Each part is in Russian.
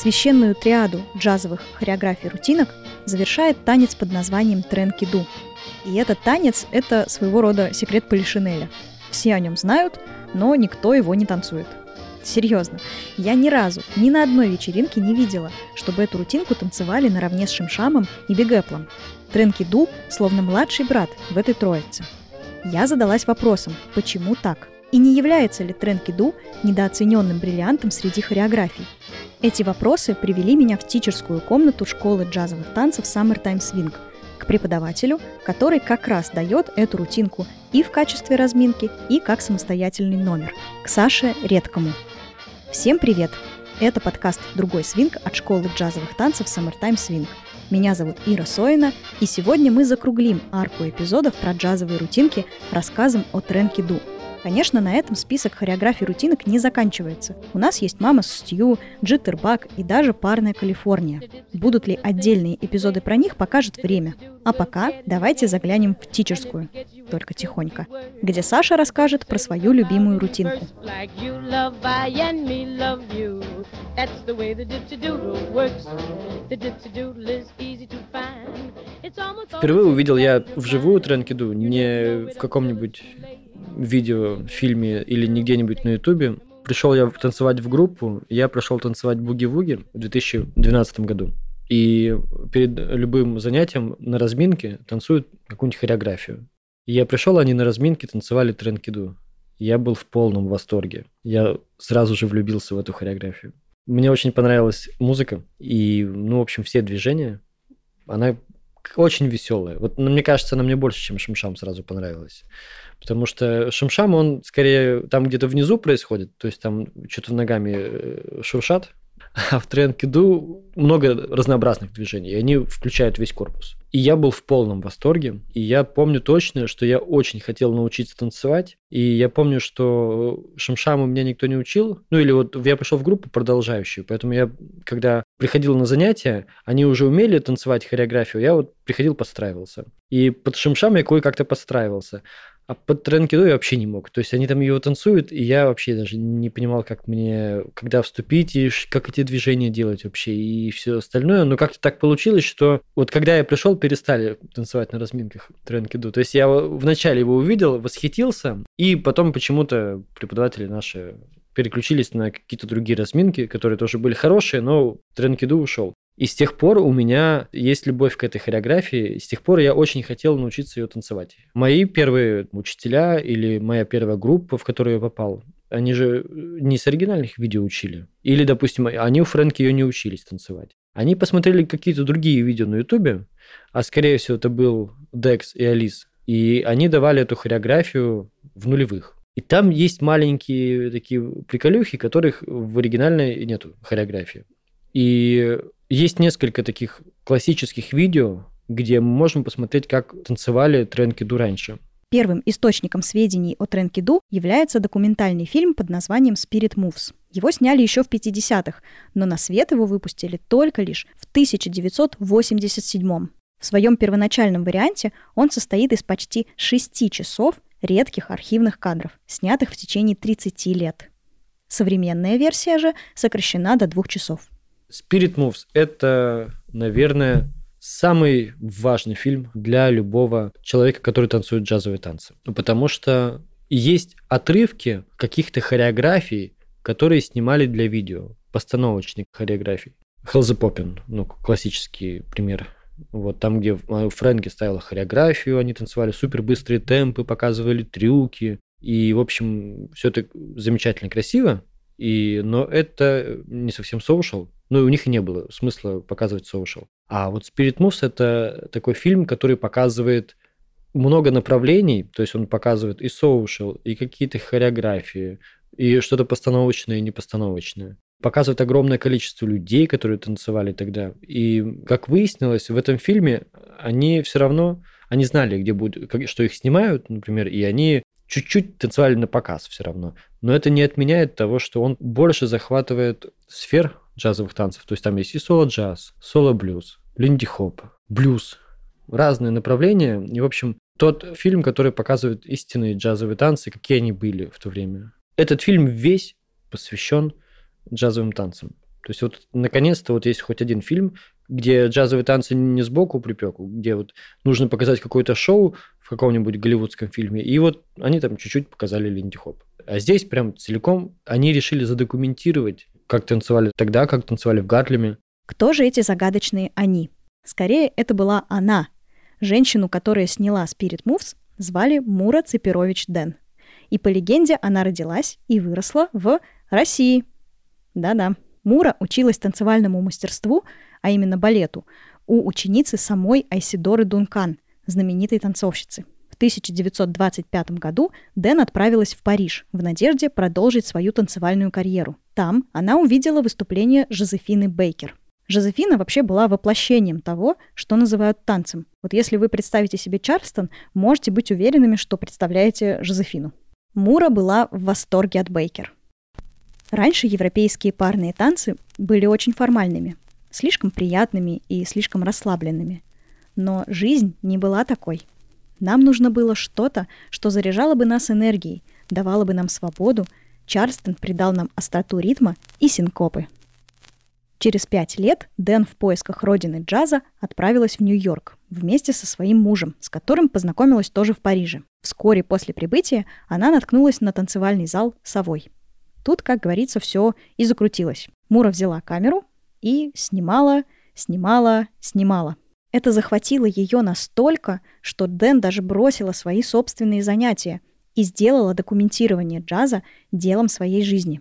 Священную триаду джазовых хореографий рутинок завершает танец под названием тренки-ду. И этот танец – это своего рода секрет Полишинеля. Все о нем знают, но никто его не танцует. Серьезно, я ни разу, ни на одной вечеринке не видела, чтобы эту рутинку танцевали наравне с Шимшамом и Биг-Эпплом. Тренки-ду словно младший брат в этой троице. Я задалась вопросом, почему так? И не является ли тренки-ду недооцененным бриллиантом среди хореографий? Эти вопросы привели меня в тичерскую комнату школы джазовых танцев Summertime Swing к преподавателю, который как раз дает эту рутинку и в качестве разминки, и как самостоятельный номер, к Саше Редкому. Всем привет! Это подкаст «Другой свинг» от школы джазовых танцев Summertime Swing. Меня зовут Ира Соина, и сегодня мы закруглим арку эпизодов про джазовые рутинки рассказом о тренки-ду. Конечно, на этом список хореографий рутинок не заканчивается. У нас есть «Мама Стью», «Джиттербаг» и даже «Парная Калифорния». Будут ли отдельные эпизоды про них, покажет время. А пока давайте заглянем в тичерскую, только тихонько, где Саша расскажет про свою любимую рутинку. Впервые увидел я вживую тренки-ду, не в каком-нибудь видео, фильме или не где-нибудь на Ютубе. Пришел я танцевать в группу, я прошел танцевать буги-вуги в 2012 году. И перед любым занятием на разминке танцуют какую-нибудь хореографию. И я пришел, они на разминке танцевали тренки-ду. Я был в полном восторге. Я сразу же влюбился в эту хореографию. Мне очень понравилась музыка и, в общем, все движения. Она очень веселая. Вот, мне кажется, она мне больше, чем Шимшам, сразу понравилась. Потому что Шимшам, он скорее там где-то внизу происходит, то есть там что-то ногами шуршат, а в тренки-ду много разнообразных движений, и они включают весь корпус. И я был в полном восторге, и я помню точно, что я очень хотел научиться танцевать, и я помню, что Шимшаму меня никто не учил, или вот я пришел в группу продолжающую, поэтому я, когда приходил на занятия, они уже умели танцевать хореографию, я вот приходил, подстраивался. И под Шимшам я кое-как-то подстраивался. А под тренки-ду я вообще не мог. То есть они там его танцуют, и я вообще даже не понимал, как мне, когда вступить, и как эти движения делать вообще, и все остальное. Но как-то так получилось, что вот когда я пришел, перестали танцевать на разминках тренки-ду. То есть я вначале его увидел, восхитился, и потом почему-то преподаватели наши переключились на какие-то другие разминки, которые тоже были хорошие, но тренки-ду ушел. И с тех пор у меня есть любовь к этой хореографии, с тех пор я очень хотел научиться ее танцевать. Мои первые учителя или моя первая группа, в которую я попал, они же не с оригинальных видео учили. Или, допустим, они у Фрэнки ее не учились танцевать. Они посмотрели какие-то другие видео на Ютубе, а скорее всего это был Декс и Алис, и они давали эту хореографию в нулевых. И там есть маленькие такие приколюхи, которых в оригинальной нету хореографии. И есть несколько таких классических видео, где мы можем посмотреть, как танцевали тренки-ду раньше. Первым источником сведений о тренки-ду является документальный фильм под названием «Spirit Moves». Его сняли еще в 50-х, но на свет его выпустили только лишь в 1987-м. В своем первоначальном варианте он состоит из почти 6 часов редких архивных кадров, снятых в течение 30 лет. Современная версия же сокращена до 2 часов. Spirit Moves – это, наверное, самый важный фильм для любого человека, который танцует джазовые танцы. Потому что есть отрывки каких-то хореографий, которые снимали для видео, постановочных хореографий. Hell the Poppin', классический пример. Вот там, где Фрэнки ставила хореографию, они танцевали супербыстрые темпы, показывали трюки. И, в общем, все это замечательно красиво. Но это не совсем соушал. И у них и не было смысла показывать соушал. А вот Spirit Moves – это такой фильм, который показывает много направлений. То есть он показывает и соушал, и какие-то хореографии, и что-то постановочное и непостановочное. Показывает огромное количество людей, которые танцевали тогда. И, как выяснилось, в этом фильме они все равно, они знали, где будет, что их снимают, например, и они чуть-чуть танцевали на показ все равно. Но это не отменяет того, что он больше захватывает сфер джазовых танцев. То есть там есть и соло-джаз, соло-блюз, линди-хоп, блюз. Разные направления. И, в общем, тот фильм, который показывает истинные джазовые танцы, какие они были в то время. Этот фильм весь посвящен джазовым танцам. То есть вот наконец-то вот есть хоть один фильм, где джазовые танцы не сбоку припеку, где вот нужно показать какое-то шоу в каком-нибудь голливудском фильме, и вот они там чуть-чуть показали линди-хоп. А здесь прям целиком они решили задокументировать, как танцевали тогда, как танцевали в Гарлеме. Кто же эти загадочные «они»? Скорее, это была она. Женщину, которая сняла Spirit Moves, звали Мура Цепирович Дэн. И по легенде она родилась и выросла в России. Да-да. Мура училась танцевальному мастерству, а именно балету, у ученицы самой Айсидоры Дункан, знаменитой танцовщицы. В 1925 году Дэн отправилась в Париж в надежде продолжить свою танцевальную карьеру. Там она увидела выступление Жозефины Бейкер. Жозефина вообще была воплощением того, что называют танцем. Вот если вы представите себе Чарльстон, можете быть уверенными, что представляете Жозефину. Мура была в восторге от Бейкер. Раньше европейские парные танцы были очень формальными, слишком приятными и слишком расслабленными. Но жизнь не была такой. Нам нужно было что-то, что заряжало бы нас энергией, давало бы нам свободу. Чарльстон придал нам остроту ритма и синкопы. Через 5 лет Дэн в поисках родины джаза отправилась в Нью-Йорк вместе со своим мужем, с которым познакомилась тоже в Париже. Вскоре после прибытия она наткнулась на танцевальный зал «Совой». Тут, как говорится, все и закрутилось. Мура взяла камеру и снимала. Это захватило ее настолько, что Дэн даже бросила свои собственные занятия и сделала документирование джаза делом своей жизни.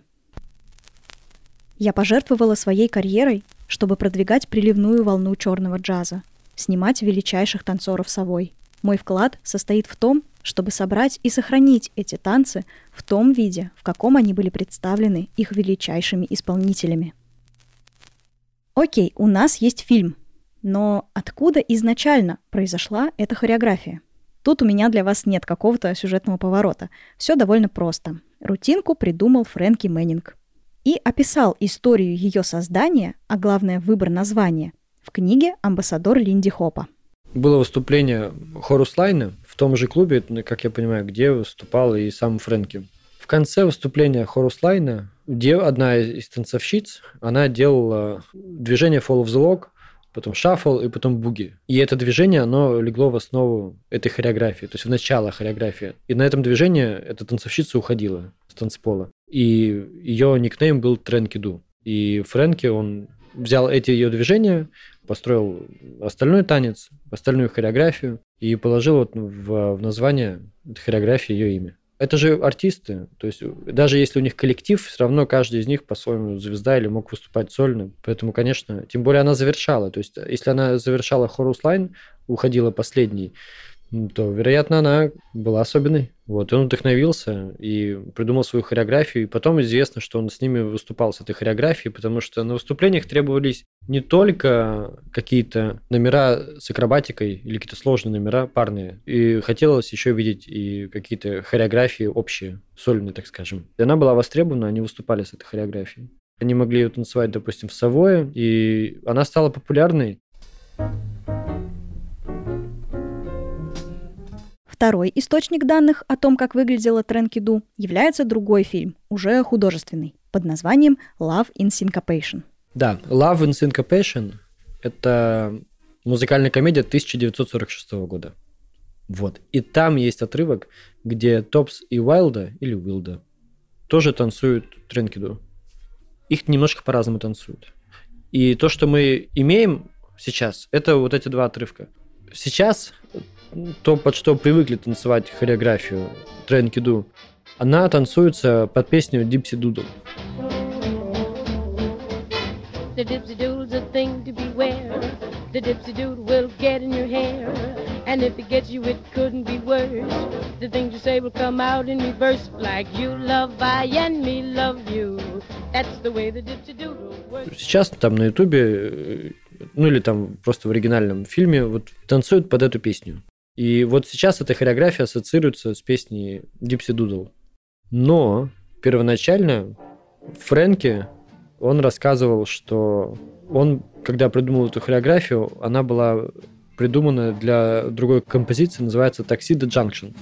Я пожертвовала своей карьерой, чтобы продвигать приливную волну черного джаза, снимать величайших танцоров Совой. Мой вклад состоит в том, чтобы собрать и сохранить эти танцы в том виде, в каком они были представлены их величайшими исполнителями. Окей, у нас есть фильм, но откуда изначально произошла эта хореография? Тут у меня для вас нет какого-то сюжетного поворота. Все довольно просто. Рутинку придумал Фрэнки Мэннинг и описал историю ее создания, а главное выбор названия, в книге «Амбассадор Линди Хопа». Было выступление Хорус Лайна в том же клубе, как я понимаю, где выступал и сам Фрэнки. В конце выступления Хорус Лайна одна из танцовщиц, она делала движение Fall of the Log, потом шаффл и потом буги. И это движение, оно легло в основу этой хореографии, то есть в начало хореографии. И на этом движении эта танцовщица уходила с танцпола. И ее никнейм был Тренки Ду. И Фрэнки, он взял эти ее движения, построил остальной танец, остальную хореографию и положил вот в название этой хореографии ее имя. Это же артисты, то есть даже если у них коллектив, все равно каждый из них по-своему звезда или мог выступать сольно. Поэтому, конечно, тем более она завершала. То есть если она завершала Хорус Лайн, уходила последней, то, вероятно, она была особенной. Вот, и он вдохновился и придумал свою хореографию. И потом известно, что он с ними выступал с этой хореографией, потому что на выступлениях требовались не только какие-то номера с акробатикой или какие-то сложные номера парные. И хотелось еще видеть и какие-то хореографии общие, сольные, так скажем. И она была востребована, они выступали с этой хореографией. Они могли ее танцевать, допустим, в Савое, и она стала популярной. Второй источник данных о том, как выглядела Тренки Ду, является другой фильм, уже художественный, под названием «Love in Syncopation». Да, «Love in Syncopation» — это музыкальная комедия 1946 года. Вот. И там есть отрывок, где Топс и Уайлда, или Уилда, тоже танцуют Тренки Ду. Их немножко по-разному танцуют. И то, что мы имеем сейчас, это вот эти два отрывка. Сейчас то, под что привыкли танцевать хореографию Тренки Ду, она танцуется под песню Dipsy Doodle. The dipsy doodle's a thing to beware. The dipsy doodle will get in your hair. And if it gets you, it couldn't be worse. The things you say will come out in reverse. Like you love I and me love you. That's the way the dipsy doodle works. Сейчас там на Ютубе, ну или там просто в оригинальном фильме, вот танцуют под эту песню. И вот сейчас эта хореография ассоциируется с песней Dipsy Doodle. Но первоначально Фрэнки, он рассказывал, что он, когда придумал эту хореографию, она была придумана для другой композиции, называется Tuxedo Junction.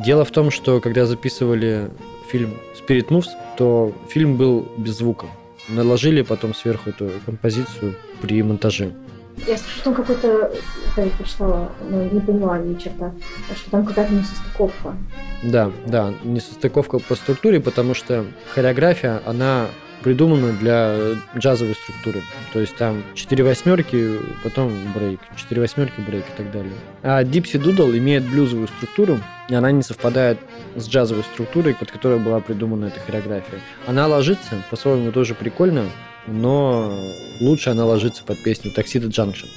Дело в том, что когда записывали фильм Spirit Moves, то фильм был без звука. Наложили потом сверху эту композицию при монтаже. Я слышу, что там какой-то, я прочитала, но не поняла ни черта, что там какая-то несостыковка. Да, несостыковка по структуре, потому что хореография, она придумана для джазовой структуры. То есть там 4 восьмерки, потом брейк, 4 восьмерки, брейк и так далее. А Dipsy Doodle имеет блюзовую структуру, и она не совпадает с джазовой структурой, под которой была придумана эта хореография. Она ложится, по-своему тоже прикольно, но лучше она ложится под песню Tuxedo Junction.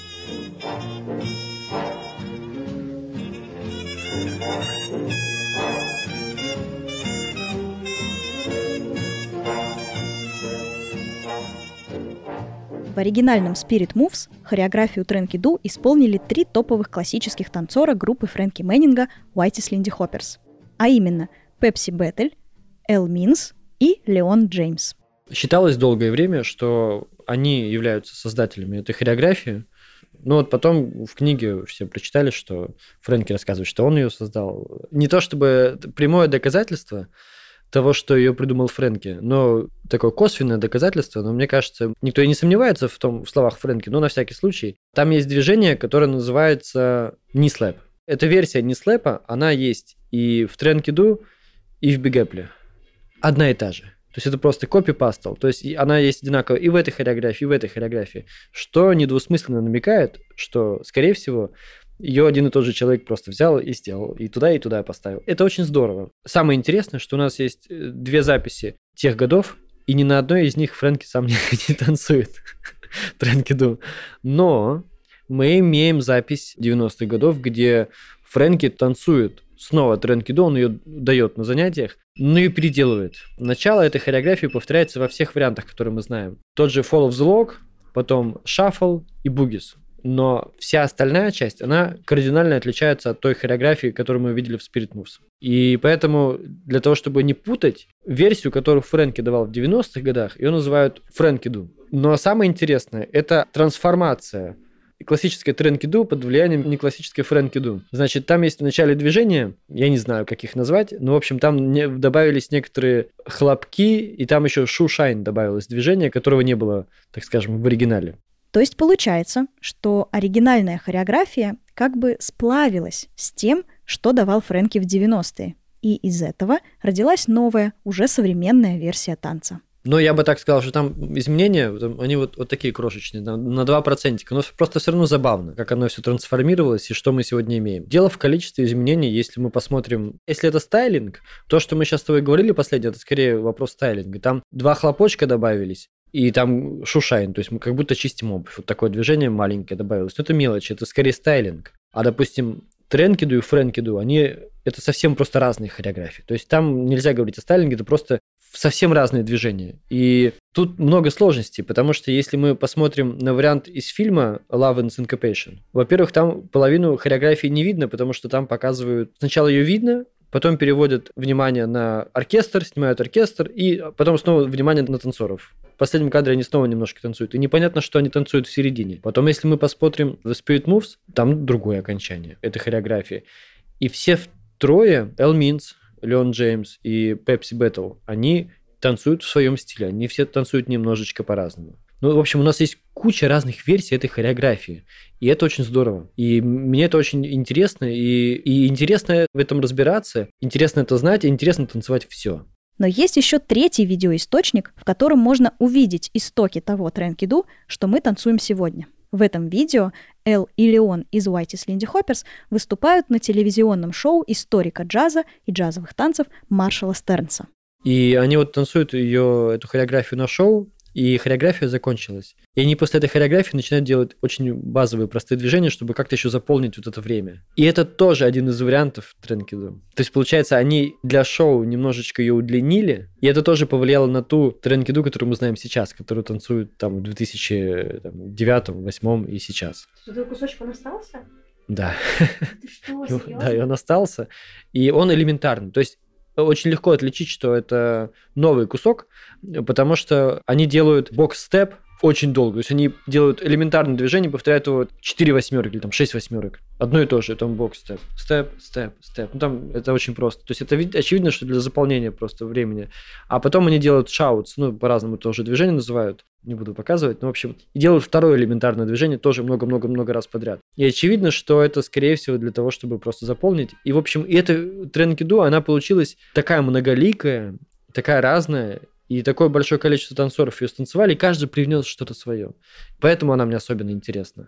В оригинальном Spirit Moves хореографию Тренки Ду исполнили 3 топовых классических танцора группы Фрэнки Мэннинга Whitey's Lindy Hoppers, а именно Пепси Беттель, Эл Минс и Леон Джеймс. Считалось долгое время, что они являются создателями этой хореографии, но вот потом в книге все прочитали, что Фрэнки рассказывает, что он ее создал. Не то чтобы прямое доказательство того, что ее придумал Фрэнки, но такое косвенное доказательство, но мне кажется, никто и не сомневается в словах Фрэнки, но на всякий случай. Там есть движение, которое называется knee slap. Эта версия knee slap, она есть и в Тренки Ду, и в Big Apple. Одна и та же. То есть это просто копи-пастл. То есть она есть одинаково и в этой хореографии, и в этой хореографии. Что недвусмысленно намекает, что, скорее всего, ее один и тот же человек просто взял и сделал, и туда поставил. Это очень здорово. Самое интересное, что у нас есть 2 записи тех годов, и ни на одной из них Фрэнки сам не танцует Тренки Ду. Но мы имеем запись 90-х годов, где Фрэнки танцует снова Тренки Ду, он ее дает на занятиях, но ее переделывает. Начало этой хореографии повторяется во всех вариантах, которые мы знаем. Тот же Fall of the Log, потом Shuffle и Boogies. Но вся остальная часть, она кардинально отличается от той хореографии, которую мы видели в Spirit Moves. И поэтому для того, чтобы не путать, версию, которую Фрэнки давал в 90-х годах, ее называют Фрэнки Ду. Но самое интересное – это трансформация классической Тренки Ду под влиянием неклассической Фрэнки Ду. Значит, там есть в начале движения, я не знаю, как их назвать, но, в общем, там добавились некоторые хлопки, и там еще shoe-shine добавилось движение, которого не было, так скажем, в оригинале. То есть получается, что оригинальная хореография как бы сплавилась с тем, что давал Фрэнки в 90-е. И из этого родилась новая, уже современная версия танца. Но я бы так сказал, что там изменения, они вот такие крошечные, на 2%. Но просто все равно забавно, как оно все трансформировалось и что мы сегодня имеем. Дело в количестве изменений, если мы посмотрим... Если это стайлинг, то, что мы сейчас с тобой говорили последнее, это скорее вопрос стайлинга. Там 2 хлопочка добавились, и там шушайн, то есть мы как будто чистим обувь. Вот такое движение маленькое добавилось. Но это мелочь, это скорее стайлинг. А, допустим, Тренки Ду и Фрэнки Ду, это совсем просто разные хореографии. То есть там нельзя говорить о стайлинге, это просто совсем разные движения. И тут много сложностей, потому что если мы посмотрим на вариант из фильма Love and Syncopation, во-первых, там половину хореографии не видно, потому что там показывают... Сначала ее видно, потом переводят внимание на оркестр, снимают оркестр, и потом снова внимание на танцоров. В последнем кадре они снова немножко танцуют. И непонятно, что они танцуют в середине. Потом, если мы посмотрим The Spirit Moves, там другое окончание этой хореографии. И все трое, Эл Минс, Леон Джеймс и Пепси Беттл, они танцуют в своем стиле. Они все танцуют немножечко по-разному. Ну, в общем, у нас есть куча разных версий этой хореографии. И это очень здорово. И мне это очень интересно. И интересно в этом разбираться. Интересно это знать. И интересно танцевать все. Но есть еще 3-й видеоисточник, в котором можно увидеть истоки того Тренки Ду, что мы танцуем сегодня. В этом видео Эл и Леон из Whitey's Lindy Hoppers выступают на телевизионном шоу историка джаза и джазовых танцев Маршалла Стернса. И они вот танцуют эту хореографию на шоу, и хореография закончилась. И они после этой хореографии начинают делать очень базовые, простые движения, чтобы как-то еще заполнить вот это время. И это тоже один из вариантов Тренки Ду. То есть, получается, они для шоу немножечко ее удлинили, и это тоже повлияло на ту Тренки Ду, которую мы знаем сейчас, которую танцуют там в 2009-2008 и сейчас. Этот кусочек, он остался? Да. Ты что, серьезно? Да, и он остался. И он элементарный. То есть, очень легко отличить, что это новый кусок, потому что они делают бокс-степ очень долго. То есть они делают элементарное движение, повторяют его 4 восьмерок или там 6 восьмерок. Одно и то же, там бокс-степ. Степ, степ, степ. Ну, там это очень просто. То есть это очевидно, что для заполнения просто времени. А потом они делают шаутс, ну, по-разному тоже движение называют. Не буду показывать, но, в общем, и делают второе элементарное движение тоже много-много-много раз подряд. И очевидно, что это, скорее всего, для того, чтобы просто заполнить. И, в общем, и эта тренкиду, она получилась такая многоликая, такая разная, и такое большое количество танцоров ее станцевали, и каждый привнес что-то свое. Поэтому она мне особенно интересна.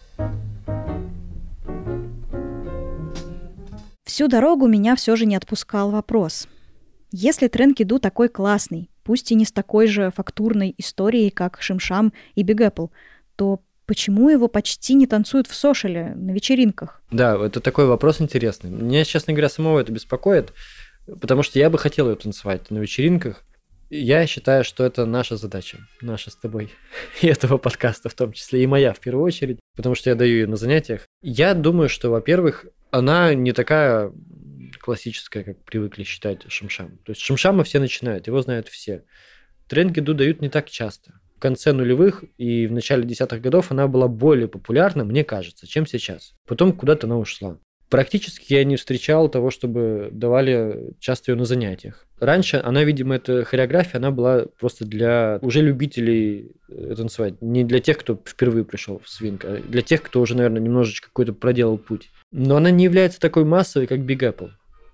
Всю дорогу меня все же не отпускал вопрос. Если тренкиду такой классный, пусть и не с такой же фактурной историей, как Шим-Шам и Big Apple, то почему его почти не танцуют в сошеле, на вечеринках? Да, это такой вопрос интересный. Меня, честно говоря, самого это беспокоит, потому что я бы хотел ее танцевать на вечеринках. Я считаю, что это наша задача, наша с тобой, и этого подкаста в том числе, и моя в первую очередь, потому что я даю ее на занятиях. Я думаю, что, во-первых, она не такая классическая, как привыкли считать Шим-Шам. То есть Шим-Шама все начинают, его знают все. Тренкиду дают не так часто. В конце нулевых и в начале десятых годов она была более популярна, мне кажется, чем сейчас. Потом куда-то она ушла. Практически я не встречал того, чтобы давали часто ее на занятиях. Раньше она, видимо, эта хореография, она была просто для уже любителей танцевать. Не для тех, кто впервые пришел в свинг, а для тех, кто уже, наверное, немножечко какой-то проделал путь. Но она не является такой массовой, как Big Apple.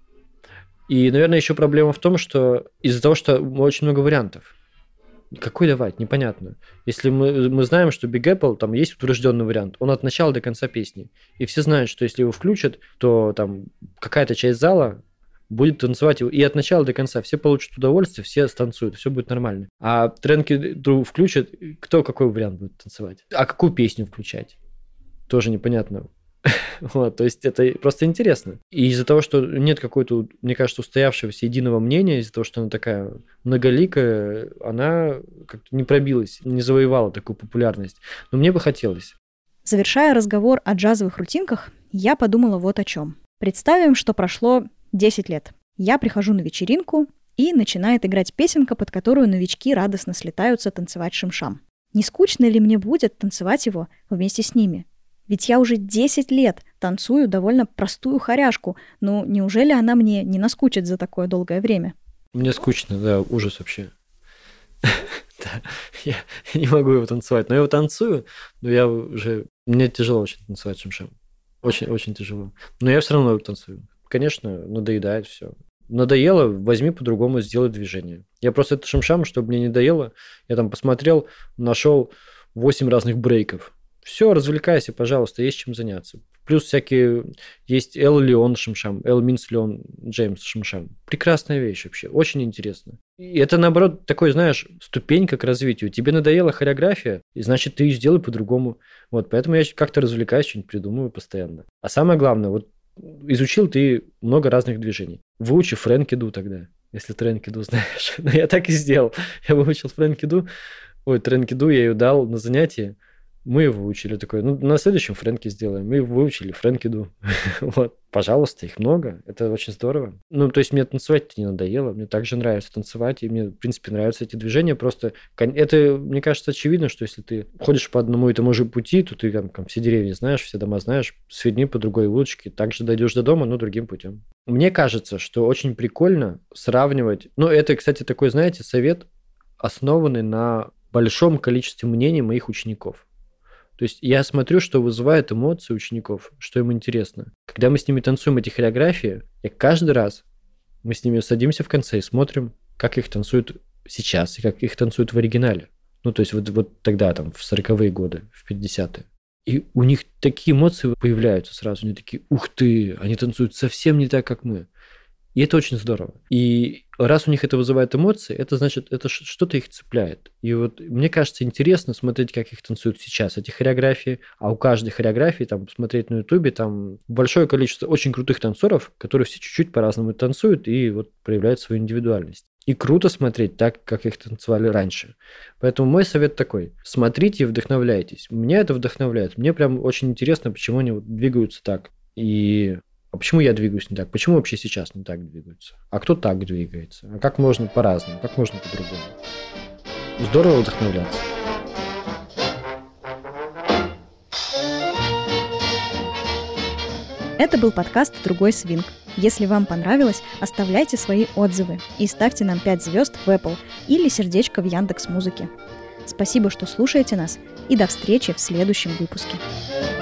И, наверное, еще проблема в том, что из-за того, что очень много вариантов. Какой давать? Непонятно. Если мы знаем, что Big Apple, там есть утвержденный вариант, он от начала до конца песни. И все знают, что если его включат, то там какая-то часть зала будет танцевать его и от начала до конца. Все получат удовольствие, все станцуют, все будет нормально. А тренкиду включат, кто какой вариант будет танцевать? А какую песню включать? Тоже непонятно. Вот, то есть это просто интересно. И из-за того, что нет какой-то, мне кажется, устоявшегося единого мнения, из-за того, что она такая многоликая, она как-то не пробилась, не завоевала такую популярность. Но мне бы хотелось. Завершая разговор о джазовых рутинках, я подумала вот о чем. Представим, что прошло 10 лет. Я прихожу на вечеринку, и начинает играть песенка, под которую новички радостно слетаются танцевать Шим-Шам. Не скучно ли мне будет танцевать его вместе с ними? Ведь я уже 10 лет танцую довольно простую хоряшку. Ну, неужели она мне не наскучит за такое долгое время? Мне скучно, да, ужас вообще. Я не могу его танцевать. Но я его танцую, но мне тяжело очень танцевать Шим-Шам. Очень тяжело. Но я все равно его танцую. Конечно, надоедает все. Надоело, возьми по-другому, сделай движение. Я просто это Шим-Шам, чтобы мне не надоело, я там посмотрел, нашел 8 разных брейков. Все, развлекайся, пожалуйста, есть чем заняться. Плюс всякие... Есть Эл Леон Шим-Шам, Эл Минс Леон Джеймс Шим-Шам. Прекрасная вещь вообще, очень интересно. И это, наоборот, такой, знаешь, ступенька к развитию. Тебе надоела хореография, и значит, ты ее сделай по-другому. Вот, поэтому я как-то развлекаюсь, что-нибудь придумываю постоянно. А самое главное, вот изучил ты много разных движений. Выучи фрэнкиду тогда, если тренкиду знаешь. Но я так и сделал. Я выучил фрэнкиду. Тренкиду я ее дал на занятии. Мы его выучили такой, на следующем фрэнки сделаем. Мы выучили фрэнкиду. Вот, пожалуйста, их много. Это очень здорово. То есть мне танцевать не надоело. Мне также нравится танцевать. И мне, в принципе, нравятся эти движения. Просто это, мне кажется, очевидно, что если ты ходишь по одному и тому же пути, то ты там все деревни знаешь, все дома знаешь, с людьми по другой улочке. Также дойдешь до дома, но другим путем. Мне кажется, что очень прикольно сравнивать... это, кстати, такой, знаете, совет, основанный на большом количестве мнений моих учеников. То есть я смотрю, что вызывает эмоции учеников, что им интересно. Когда мы с ними танцуем эти хореографии, я каждый раз мы с ними садимся в конце и смотрим, как их танцуют сейчас и как их танцуют в оригинале. То есть вот тогда, там, в 40-е годы, в 50-е. И у них такие эмоции появляются сразу. Они такие, ух ты, они танцуют совсем не так, как мы. И это очень здорово. И раз у них это вызывает эмоции, это значит, это что-то их цепляет. И вот мне кажется, интересно смотреть, как их танцуют сейчас, эти хореографии. А у каждой хореографии, там, посмотреть на Ютубе, там большое количество очень крутых танцоров, которые все чуть-чуть по-разному танцуют и вот проявляют свою индивидуальность. И круто смотреть так, как их танцевали раньше. Поэтому мой совет такой. Смотрите и вдохновляйтесь. Меня это вдохновляет. Мне прям очень интересно, почему они вот двигаются так. А почему я двигаюсь не так? Почему вообще сейчас не так двигаются? А кто так двигается? А как можно по-разному? Как можно по-другому? Здорово вдохновляться. Это был подкаст «Другой свинг». Если вам понравилось, оставляйте свои отзывы и ставьте нам 5 звезд в Apple или сердечко в Яндекс.Музыке. Спасибо, что слушаете нас, и до встречи в следующем выпуске.